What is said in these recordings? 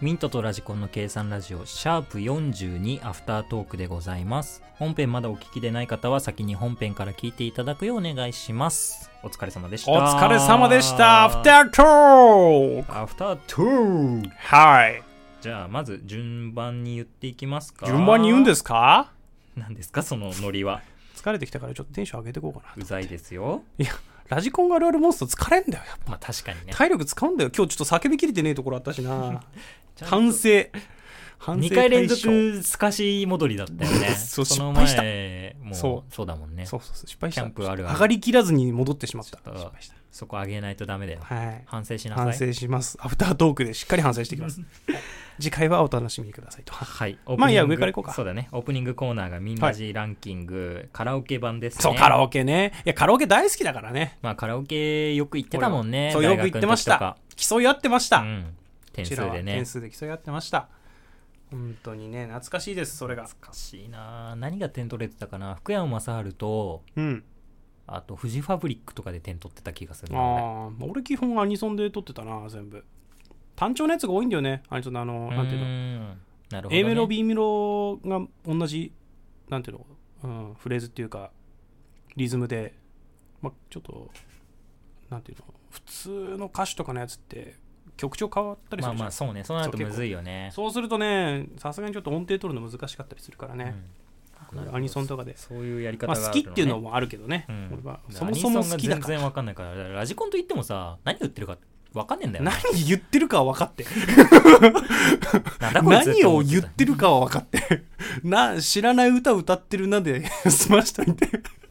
ミントとラジコンの計算ラジオシャープ42アフタートークでございます。本編まだお聞きでない方は先に本編から聞いていただくようお願いします。お疲れ様でした。 お疲れ様でした。アフタートーク。 アフタートーク。 はい。 じゃあまず順番に言っていきますか。 順番に言うんですか？ 何ですかそのノリは。 疲れてきたからちょっとテンション上げていこうかな。 うざいですよ。 いやラジコンがあるあるモンスト疲れんだよやっぱ。 まあ確かにね。 体力使うんだよ。今日ちょっと叫びきれてねえところあったしな。反省 2回連続すかし戻りだったよね。 そうその失敗した前もそうだもんね。 そう失敗した。 キャンプあるある上がりきらずに戻ってしまった。失敗した。 そこ上げないとダメだよ。 はい。 反省しなさい。 反省します。アフタートークでしっかり反省していきます。次回はお楽しみくださいと。 はい。 まあいや上からいこうか。 そうだね。オープニングコーナーがみんなじランキング、はい、カラオケ版ですね。 そうカラオケね。いやカラオケ大好きだからね。 まあカラオケよく行ってたもんね。 そうよく行ってました。競い合ってました。うん、 点数でね。 点数で競い合ってました。本当にね懐かしいです。それが懐かしいな。何が点取れてたかな。福山雅治と、うん、あとフジファブリックとかで点取ってた気がするな。 あ俺基本アニソンで取ってたな。全部単調のやつが多いんだよね。アニソンのなんていうの、なるほどね、A メロ B メロが同じなんていうの、うん、フレーズっていうかリズムで、まあ、ちょっとなんていうの普通の歌詞とかのやつって曲調変わったりするじゃん。まあそうね。そうなるとむずいよね。 そうするとねさすがにちょっと音程取るの難しかったりするからね、アニソンとかでそういうやり方があるの、ね。 まあ、好きっていうのもあるけどね、俺はそもそも好きだから。 全然わかんないから。ラジコンと言ってもさ何言ってるかわかんねえんだよ、ね。 何言ってるかは分かってなんだこいつ何を言ってるかは分かって知らない歌歌ってるなで済ましといて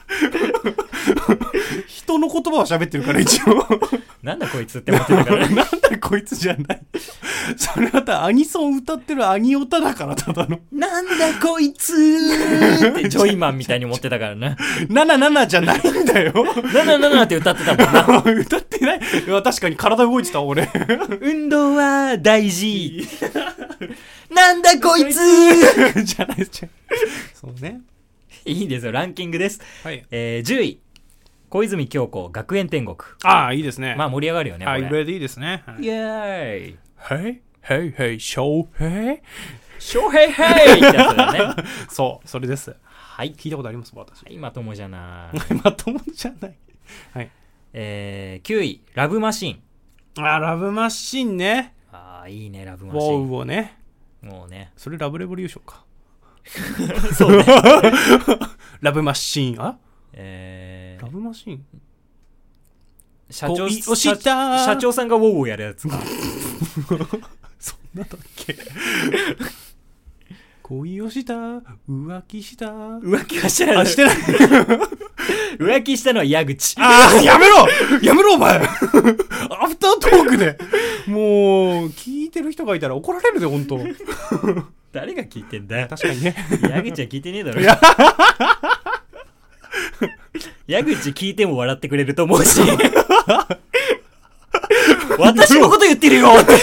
人の言葉を喋ってるから一応なんだこいつって思ってたから、ね、 なんだこいつじゃない。それまたアニソン歌ってるアニオタだからただのなんだこいつってジョイマンみたいに思ってたからね。 77じゃないんだよ。 77って歌ってたもんな。 歌ってない。いや確かに体動いてた俺。 運動は大事。なんだこいつじゃないじゃん。そうね。 いいですよ。ランキングです。 はい。 10位小泉京子学園天国。 ああいいですね。 まあ盛り上がるよね。 あこれでいいですね。 イエーイ。 Hey hey hey 翔平翔平ヘイってやつだよね。 そうそれです。 はい。 聞いたことあります私。 はい、まともじゃない。 まともじゃない。はい。 9位ラブマシン。 あラブマシンね。 あいいねラブマシン。 ウォーをね。 もうね。 それラブレボリューションか。 そうね。 ラブマシンラブマシン社長さんがウォーをやるやつか。 そんなだっけ。恋をした浮気した浮気はしてない。 してない。 浮気したのは矢口。 やめろお前。アフタートークでもう聞いてる人がいたら怒られるで本当。 誰が聞いてんだよ。 確かにね。 矢口は聞いてねえだろ。矢口聞いても笑ってくれると思うし。私のこと言ってるよって。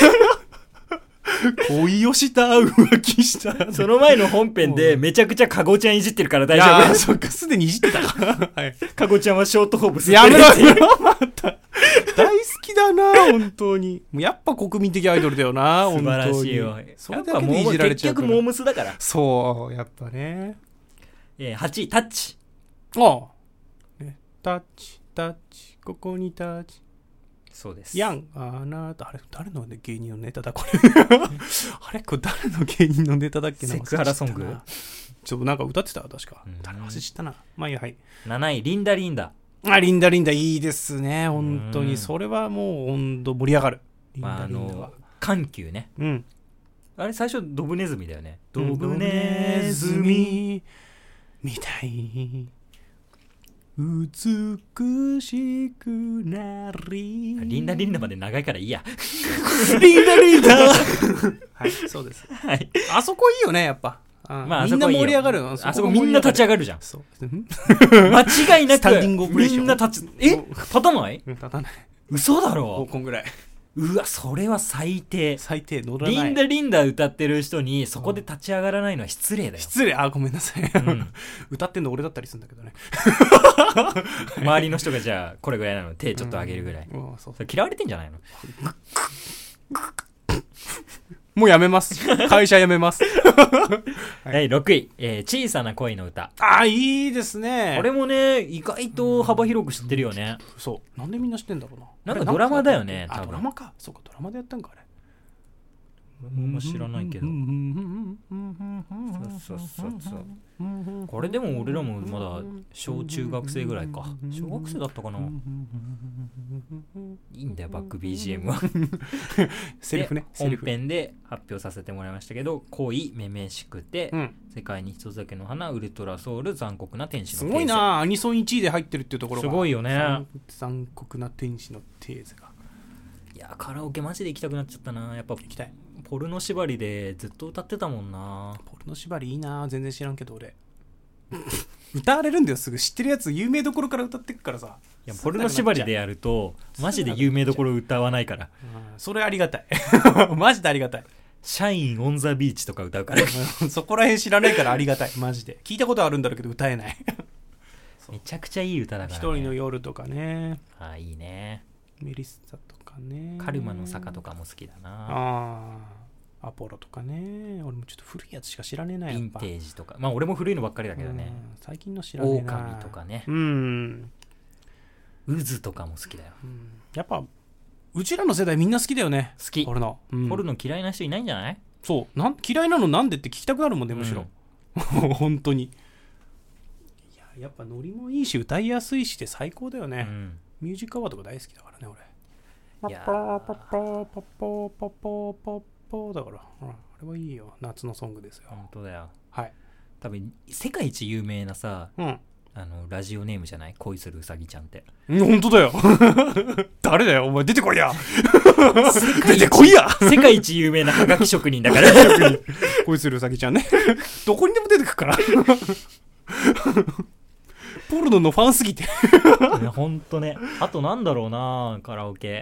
恋をした浮気したその前の本編でめちゃくちゃカゴちゃんいじってるから大丈夫。 そっかすでにいじってたから、はい、 カゴちゃんはショートホームス。 やめろまた大好きだな本当に。もうやっぱ国民的アイドルだよな素晴らしいよ。 それだけでいじられちゃうから。 結局モームスだから。 そうやっぱね。 8位タッチ。 タッチここにタッチ。 そうです。 やんあなたあれ誰の芸人のネタだこれ。あれこれ誰の芸人のネタだっけな。 セクハラソング。 ちょっとなんか歌ってた確か。誰忘れ知ったな。まあいいやはい。 7位リンダリンダ。 リンダリンダいいですね本当に。それはもう温度盛り上がる。リンダリンダは緩急ね。あれ最初ドブネズミだよね。 ドブネズミみたい美しくなり。 リンダリンダまで長いからいいや。 リンダリンダ。はいそうです。はい。あそこいいよねやっぱ。まあ、みんな盛り上がるの。 あそこみんな立ち上がるじゃん。 そう間違いなくスタンディングオペレーションみんな立たない立たない。 嘘だろ。 こんぐらい。 うわそれは最低。 乗らない。 リンダリンダ歌ってる人にそこで立ち上がらないのは失礼だよ。 失礼。ごめんなさい、歌ってんの俺だったりするんだけどね。 周りの人がじゃあこれぐらいなの手ちょっと上げるぐらい、それ嫌われてんじゃないの。 もうやめます。会社辞めます。 第6位、小さな恋の歌。 ああ、いいですね。 これもね、意外と幅広く知ってるよね。 そう。なんでみんな知ってんだろうな。 なんかドラマだよね、 多分。ドラマか。そうか、ドラマでやったんか、あれ。 俺も知らないけど。そうそうそう。これでも俺らもまだ小中学生ぐらいか。小学生だったかな。いいんだよ、バック BGM は。 セリフね。 本編で発表させてもらいましたけど、恋めめしくて、世界に一つだけの花、ウルトラソウル、残酷な天使のテーゼ。 すごいな、アニソン1位で入ってるっていうところがすごいよね。 残酷な天使のテーゼが。 いや、カラオケマジで行きたくなっちゃったな。やっぱ行きたい。 ポルノ縛りでずっと歌ってたもんな。 ポルノ縛りいいな、全然知らんけど俺。歌われるんだよ、すぐ。知ってるやつ有名どころから歌ってくからさ。 いや、ポルノ縛りでやるとマジで有名どころ歌わないから。 それありがたい。マジでありがたい。 シャインオンザビーチとか歌うから。 そこら辺知らないからありがたい、マジで。聞いたことあるんだろうけど歌えない。 めちゃくちゃいい歌だからね。 一人の夜とかね。 ああ、いいね。 メリッサとかね。 カルマの坂とかも好きだな。 ああ、アポロとかね。俺もちょっと古いやつしか知らねえな。 ヴィンテージとか。まあ俺も古いのばっかりだけどね。 最近の知らねえな。 狼とかね。渦とかも好きだよ。 やっぱうちらの世代みんな好きだよね。 好き。 ポルノ嫌いな人いないんじゃない？ そう。嫌いなのなんでって聞きたくなるもんね、むしろ。本当に。いや、やっぱノリもいいし歌いやすいしで最高だよね。ミュージックアワードが大好きだからね、俺。いやー、パパだから、あれはいいよ。夏のソングですよ。 本当だよ。 はい。 多分世界一有名なさ、ラジオネームじゃない？恋するうさぎちゃんって。 本当だよ。誰だよ、お前出てこいや。出てこいや。 世界一有名なハガキ職人だから。 恋するうさぎちゃんね。どこにでも出てくから。ポルノのファンすぎて。 ほんとね。あとなんだろうな、カラオケ。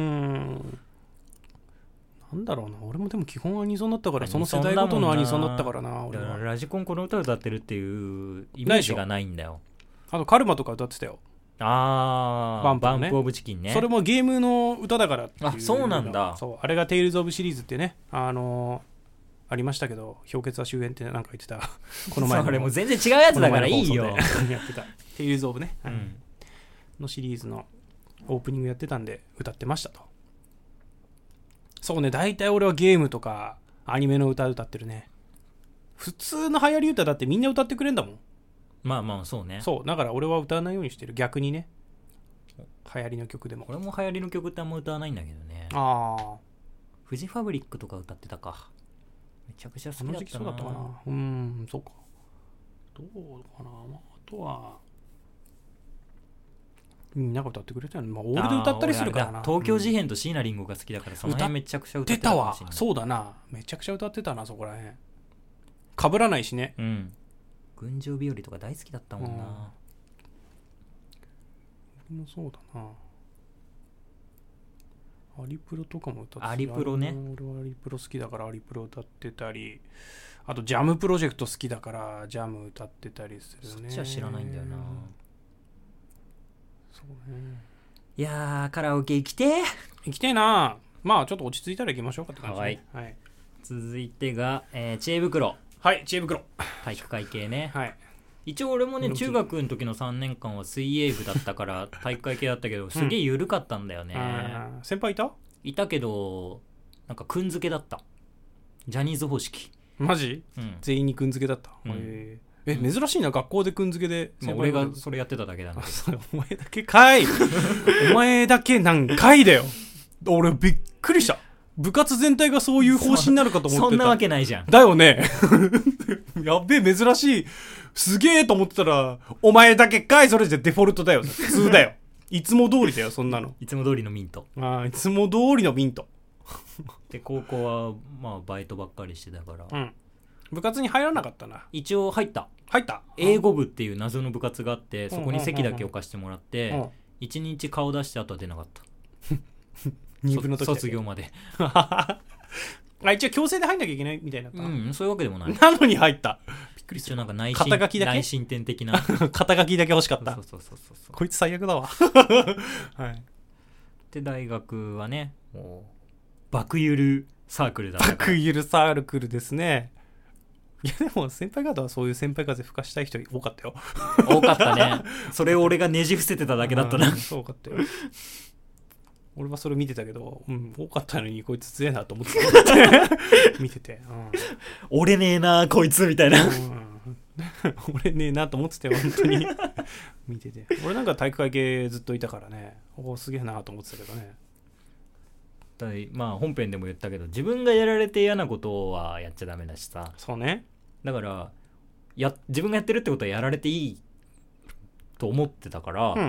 なんだろうな、俺もでも基本アニソンだったから、その世代ごとのアニソンだったからな。俺はラジコンこの歌歌ってるっていうイメージがないんだよ。 あとカルマとか歌ってたよ。 バンプオブチキンね。 それもゲームの歌だからっていう。 あ、そうなんだ。 そう、あれがテイルズオブシリーズってね、ありましたけど、氷結は終焉ってなんか言ってた。この前の。 それも全然違うやつだからいいよ。 やってた。テイルズオブね、のシリーズのオープニングやってたんで歌ってましたと。そうね、大体俺はゲームとかアニメの歌歌ってるね。普通の流行り歌だってみんな歌ってくれんだもん。 まあまあそうね。 そう、だから俺は歌わないようにしてる。逆にね、流行りの曲でも。 俺も流行りの曲ってあんま歌わないんだけどね。フジファブリックとか歌ってたか。めちゃくちゃ好きだったな。 そうだったかな。そうか。どうかな。あとはみんなが歌ってくれたよね。まあオールで歌ったりするからな。 東京事変と椎名林檎が好きだから、その辺めちゃくちゃ歌ってたかもしれない。 そうだな、めちゃくちゃ歌ってたな、そこら辺。被らないしね。 群青日和とか大好きだったもんな。 俺もそうだな。アリプロとかも歌ってた。 アリプロね。 俺はアリプロ好きだからアリプロ歌ってたり、あとジャムプロジェクト好きだからジャム歌ってたりするね。 そっちは知らないんだよな。 そうね。 いやー、カラオケ行きてえな。まあちょっと落ち着いたら行きましょうかって感じね。 はい。続いてが、知恵袋。 はい、知恵袋。 体育会系ね。 はい。 一応俺もね、中学の時の3年間は水泳部だったから体育会系だったけど、すげえ緩かったんだよね。 先輩いたけど、なんかくんづけだった。ジャニーズ方式。 マジ？全員にくんづけだった。珍しいな、学校でくんづけで。 俺がそれやってただけなんだけど。 お前だけかい。お前だけなんかいだよ。俺びっくりした。部活全体がそういう方針になるかと思ってた。 そんなわけないじゃん。 だよね。やっべえ、珍しい。すげえと思ってたら、お前だけかい、それじゃデフォルトだよ。普通だよ。いつも通りだよ、そんなの。 いつも通りのミント。 いつも通りのミント。 で、高校は、まあ、バイトばっかりしてたから。 部活に入らなかったな。 一応入った。英語部っていう謎の部活があって、そこに席だけ置かしてもらって、1日顔出してあとは出なかった。 2分の時卒業まで。 一応強制で入んなきゃいけないみたいな。 そういうわけでもない。 なのに入った。びっくりした。 なんか内申点的な。 肩書きだけ欲しかった。 そう。 こいつ最悪だわ。はい。 で、大学はね、も爆ゆるサークルだったから。 爆ゆるサークルですね。いやでも先輩方はそういう先輩風吹かしたい人多かったよ。 多かったね。それを俺がねじ伏せてただけだったな。 そうかったよ。俺はそれ見てたけど、多かったのにこいつ強えなと思ってた見てて、 俺ねえなこいつみたいな、 俺ねえなと思ってたよ本当に見てて。俺なんか体育会系ずっといたからね、すげえなと思ってたけどね。 まあ本編でも言ったけど、自分がやられて嫌なことはやっちゃダメだしさ。 そうね。 だから自分がやってるってことはやられていいと思ってたから、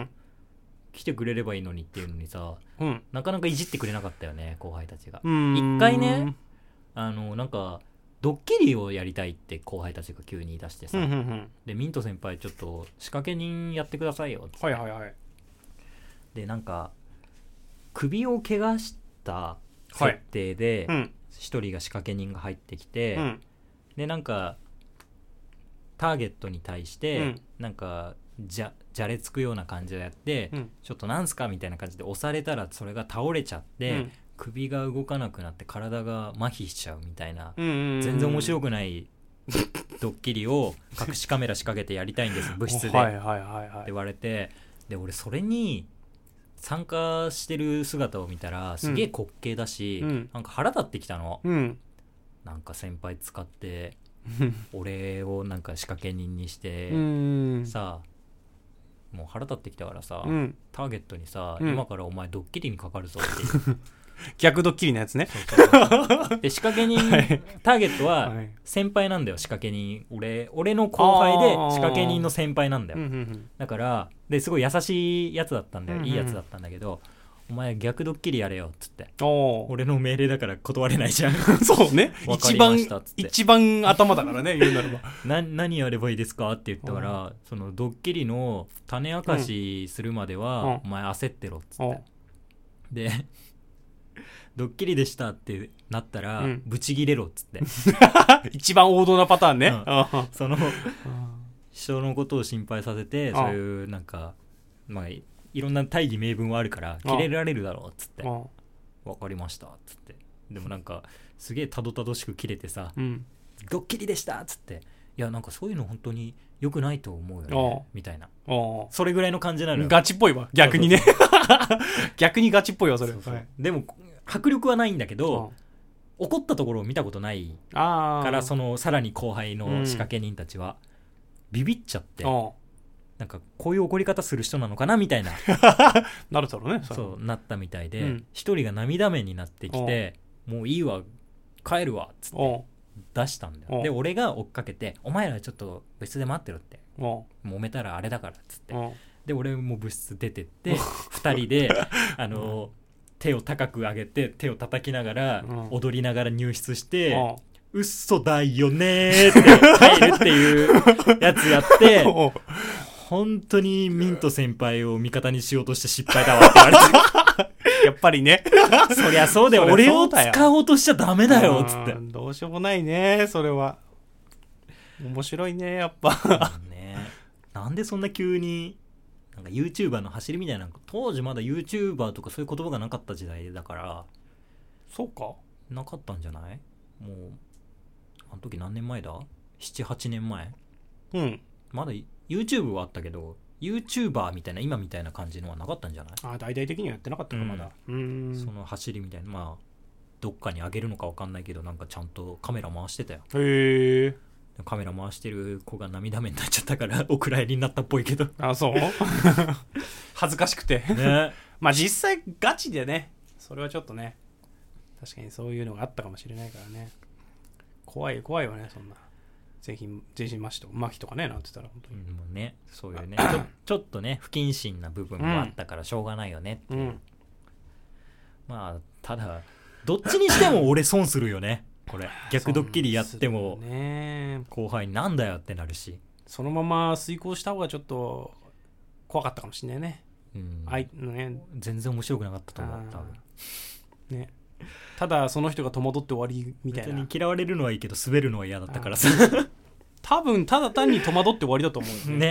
来てくれればいいのにっていうのにさ、なかなかいじってくれなかったよね後輩たちが。一回ね、なんかドッキリをやりたいって後輩たちが急に言い出してさ、でミント先輩ちょっと仕掛け人やってくださいよって。でなんか首を怪我した設定で一人が仕掛け人が入ってきて、でなんかターゲットに対してなんかじゃれつくような感じでやって、ちょっとなんすかみたいな感じで押されたらそれが倒れちゃって、首が動かなくなって体が麻痺しちゃうみたいな、全然面白くないドッキリを隠しカメラ仕掛けてやりたいんです部室でって言われて、で俺それに参加してる姿を見たらすげえ滑稽だし、なんか腹立ってきたの、なんか先輩使って俺をなんか仕掛け人にしてさ、もう腹立ってきたからさ、ターゲットにさ、今からお前ドッキリにかかるぞっていう逆ドッキリのやつね。 で仕掛け人、ターゲットは先輩なんだよ。仕掛け人俺の後輩で仕掛け人の先輩なんだよ。だからですごい優しいやつだったんだよ、いいやつだったんだけど、お前逆ドッキリやれよっつって、俺の命令だから断れないじゃんそうね、一番頭だからね言うならば何やればいいですかって言ったから、そのドッキリの種明かしするまではお前焦ってろっつって、でドッキリでしたってなったらブチギレろっつって一番王道なパターンね、 その人のことを心配させて、そういうなんかまあいろんな大義名分はあるからキレられるだろうっつって、分かりましたっつって、でもなんかすげえたどたどしくキレてさ、ドッキリでしたっつって、いやなんかそういうの本当に良くないと思うよねみたいな、それぐらいの感じなのよ。 ガチっぽいわ逆にね逆にガチっぽいわそれ。 でも迫力はないんだけど、怒ったところを見たことないから、そのさらに後輩の仕掛け人たちはビビっちゃって、なんかこういう怒り方する人なのかなみたいななるだろうね。 そうなったみたいで、一人が涙目になってきて、もういいわ帰るわっつって出したんだよ。で俺が追っかけて、お前らちょっと部室で待ってろって、揉めたらあれだからっつって、で俺も部室出てって二人で手を高く上げて手を叩きながら、踊りながら入室して、嘘だよねーって帰るっていうやつやって本当にミント先輩を味方にしようとして失敗だわって言われてやっぱりねそりゃそうだよ、俺を使おうとしちゃダメだよっつって。 どうしようもないねそれは。面白いねやっぱね。なんでそんな急になんか YouTuber の走りみたいな、当時まだ YouTuber とかそういう言葉がなかった時代だから。 そうか、 なかったんじゃない？もうあの時何年前だ？ 7,8 年前。まだ YouTube はあったけど YouTuber みたいな今みたいな感じのはなかったんじゃない？ 大々的にはやってなかったかまだ。 その走りみたいな、まあどっかに上げるのか分かんないけど、なんかちゃんとカメラ回してたよ。 へえ。 カメラ回してる子が涙目になっちゃったからお蔵入りになったっぽいけど。 そう恥ずかしくてねまあ実際ガチでね、それはちょっとね、確かにそういうのがあったかもしれないからね。怖いわねそんな。全身麻痺とかね、なんて言ったら本当に、 もうね、そういうねちょっとね不謹慎な部分もあったからしょうがないよねっていう、まあただどっちにしても俺損するよねこれ。逆ドッキリやっても後輩になんだよってなるし、 そのまま遂行した方がちょっと怖かったかもしれないね。 全然面白くなかったと思う多分ね。ただその人が戸惑って終わりみたいな。 別に嫌われるのはいいけど滑るのは嫌だったからさ多分ただ単に戸惑って終わりだと思うよね。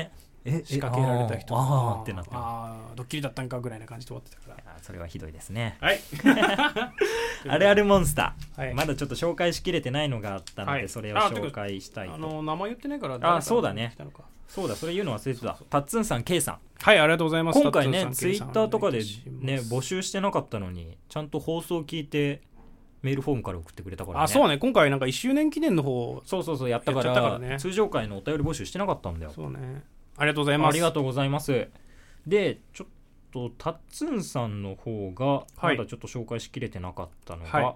仕掛けられた人あーってなって、 ドッキリだったんかぐらいな感じで終わってたから。 それはひどいですね。 はいあるあるモンスター、 はい、 まだちょっと紹介しきれてないのがあったので、 はい、 それを紹介したいと。 名前言ってないからそうだね、そうだ、それ言うの忘れてた。タッツンさん、ケイさん、 はい、ありがとうございます。 今回ねツイッターとかでね募集してなかったのにちゃんと放送聞いてメールフォームから送ってくれたからね。 そうね、今回なんか1周年記念の方そうやったから、ね、通常回のお便り募集してなかったんだよ。 そうね、ありがとうございます。 ありがとうございます。でちょっとタッツンさんの方がまだちょっと紹介しきれてなかったのが、はい、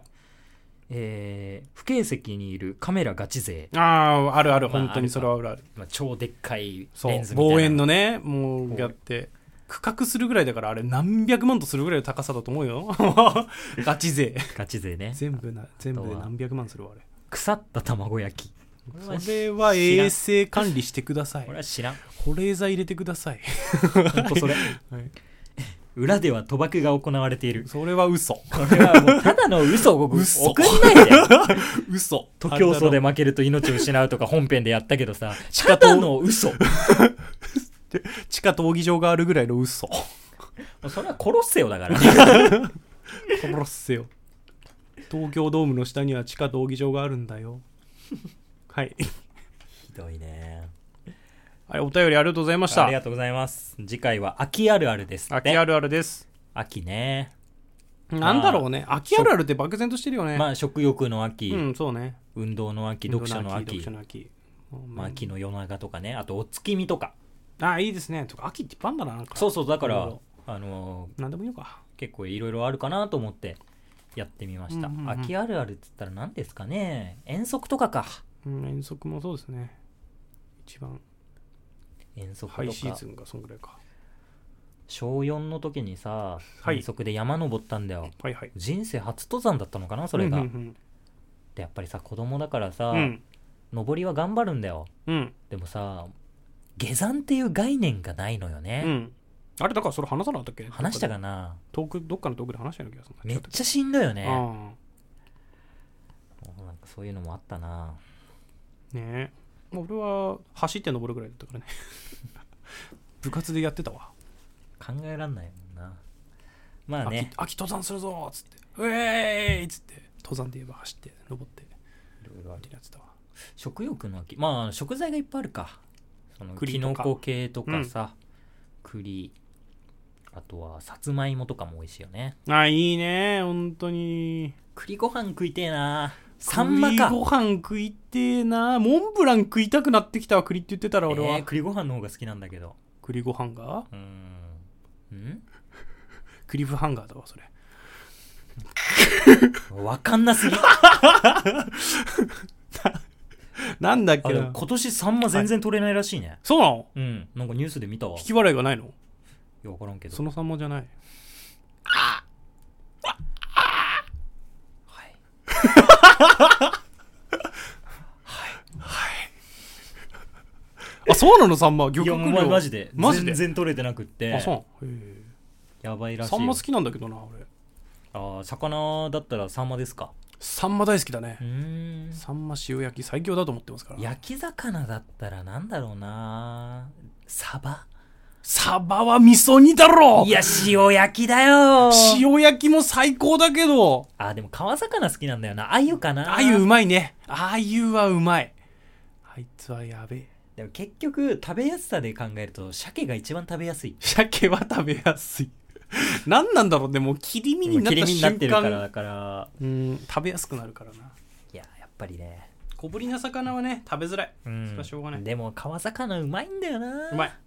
不景席にいるカメラガチ勢。 あるある、本当にそれはあるある、 超でっかいレンズみたいな望遠のね、もうやって区画するぐらいだから、あれ何百万とするぐらいの高さだと思うよガチ勢ね、全部で何百万するわ。あれ腐った卵焼き、 それは衛生管理してください。 これは知らん。 保冷剤入れてください。 ほんとそれ、はい、裏では賭博が行われている。 それは嘘。 これはもうただの嘘を送んないで嘘。 徒競走で負けると命を失うとか本編でやったけどさ、ただの嘘地下闘技場があるぐらいの嘘。 それは殺せよだから殺せよ。東京ドームの下には地下闘技場があるんだよ。はいひどいね。 はい、お便りありがとうございました。 ありがとうございます。次回は秋あるあるですって。 秋あるあるです。 秋ね、 なんだろうね、秋あるあるって漠然としてるよね。 食欲の秋、 そうね、 運動の秋、読書の秋、秋の夜長とかね、あとお月見とか。 いいですね。とか秋っていっぱいあんだな。なんかそうだからなんでもいいのか。 結構いろいろあるかなと思ってやってみました。秋あるあるって言ったら何ですかね。遠足とかか。 遠足もそうですね。一番遠足とかハイシーズンがそんぐらいか。 小4の時にさ、遠足で山登ったんだよ。 はいはい、 人生初登山だったのかな、それが。でやっぱりさ、子供だからさ、登りは頑張るんだよ。でもさ、下山っていう概念がないのよね。 あれだからそれ話さなかったっけ。 話したかな。 どっかのトークで話したような気がする。 めっちゃしんどいよね。なんかそういうのもあったな。 ねえ、俺は走って登るぐらいだったからね部活でやってたわ。 考えらんないもんな。まあね、 秋登山するぞっつって、ウェーイっつって登山で言えば走って登っていろいろやってたわ。 食欲の秋、まあ食材がいっぱいあるか。そのキノコ系とかさ、栗、あとはさつまいもとかも美味しいよね。 いいね、本当に。 栗ご飯食いてえな。サンマか。 栗ご飯食いてえな。モンブラン食いたくなってきたわ。栗って言ってたら俺は、 栗ご飯の方が好きなんだけど。 栗ご飯がクリフハンガーだわそれわかんなすぎなんだっけな。 今年サンマ全然取れないらしいね。 そうなの。 なんかニュースで見たわ。 引き笑いがないの。 いや分からんけど、 そのサンマじゃない。そうなの。サンマ漁獲量。 いやマジで全然取れてなくって。 そうやばいらしいよ。 サンマ好きなんだけどな俺。魚だったらサンマですか。 サンマ大好きだね。サンマ塩焼き最強だと思ってますから。 焼き魚だったらなんだろうな。サバは味噌煮だろ。 いや塩焼きだよ。 塩焼きも最高だけど。 でも川魚好きなんだよな。鮎かな。 鮎うまいね。鮎はうまい。あいつはやべえ。 でも結局食べやすさで考えると鮭が一番食べやすい。 鮭は食べやすい何なんだろう。でも切り身になった瞬間、切り身になってるからだから食べやすくなるからな。 いややっぱりね、 小ぶりな魚はね食べづらい。それはしょうがない。 でも川魚うまいんだよな。 うまい。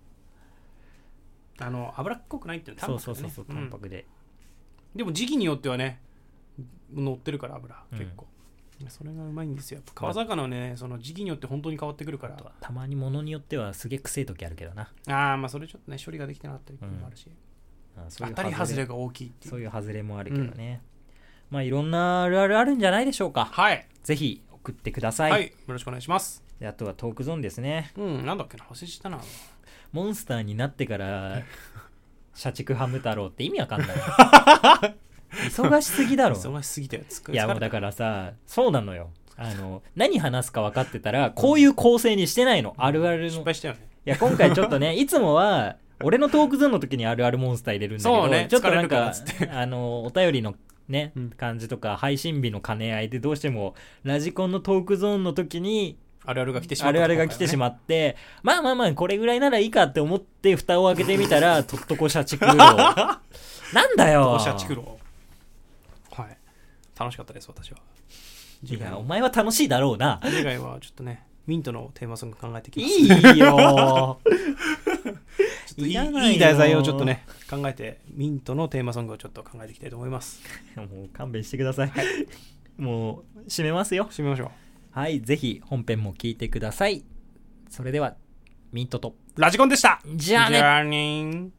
脂っこくないっていうの。 そう淡白で、 でも時期によってはね乗ってるから油結構、それがうまいんですよ。川魚はね、その時期によって本当に変わってくるから。 たまに物によってはすげえ臭い時あるけどな。 まあそれちょっとね処理ができてなかったりもあるし、当たり外れが大きいっていう、 そういう外れもあるけどね、まあいろんなあるあるあるんじゃないでしょうか。 はい、 ぜひ送ってください。 はい、よろしくお願いします。 であとはトークゾーンですね。 なんだっけな、忘れしたな。 モンスターになってから社畜ハム太郎って意味わかんない忙しすぎだろ。 忙しすぎたよ。 いやもうだからさ、そうなのよ。何話すか分かってたらこういう構成にしてないの。あるあるの失敗したよね。 や今回ちょっとねいつもは俺のトークゾーンの時にあるあるモンスター入れるんだけど、 ね、 ちょっとなんかお便りのね、感じとか配信日の兼ね合いでどうしてもラジコンのトークゾーンの時にあるあるが来てしまって、まあこれぐらいならいいかって思って蓋を開けてみたらとっとこ社畜郎なんだよ社畜郎。はい楽しかったです私は。 いやお前は楽しいだろうな。 次回はちょっとねミントのテーマソング考えてきます。 いいよいい題材をちょっとね考えてミントのテーマソングをちょっと考えていきたいと思います。 もう勘弁してください、はい、もう締めますよ。 締めましょう。 はいぜひ本編も聞いてください。それではミントとラジコンでした。 じゃあね。 じゃあね。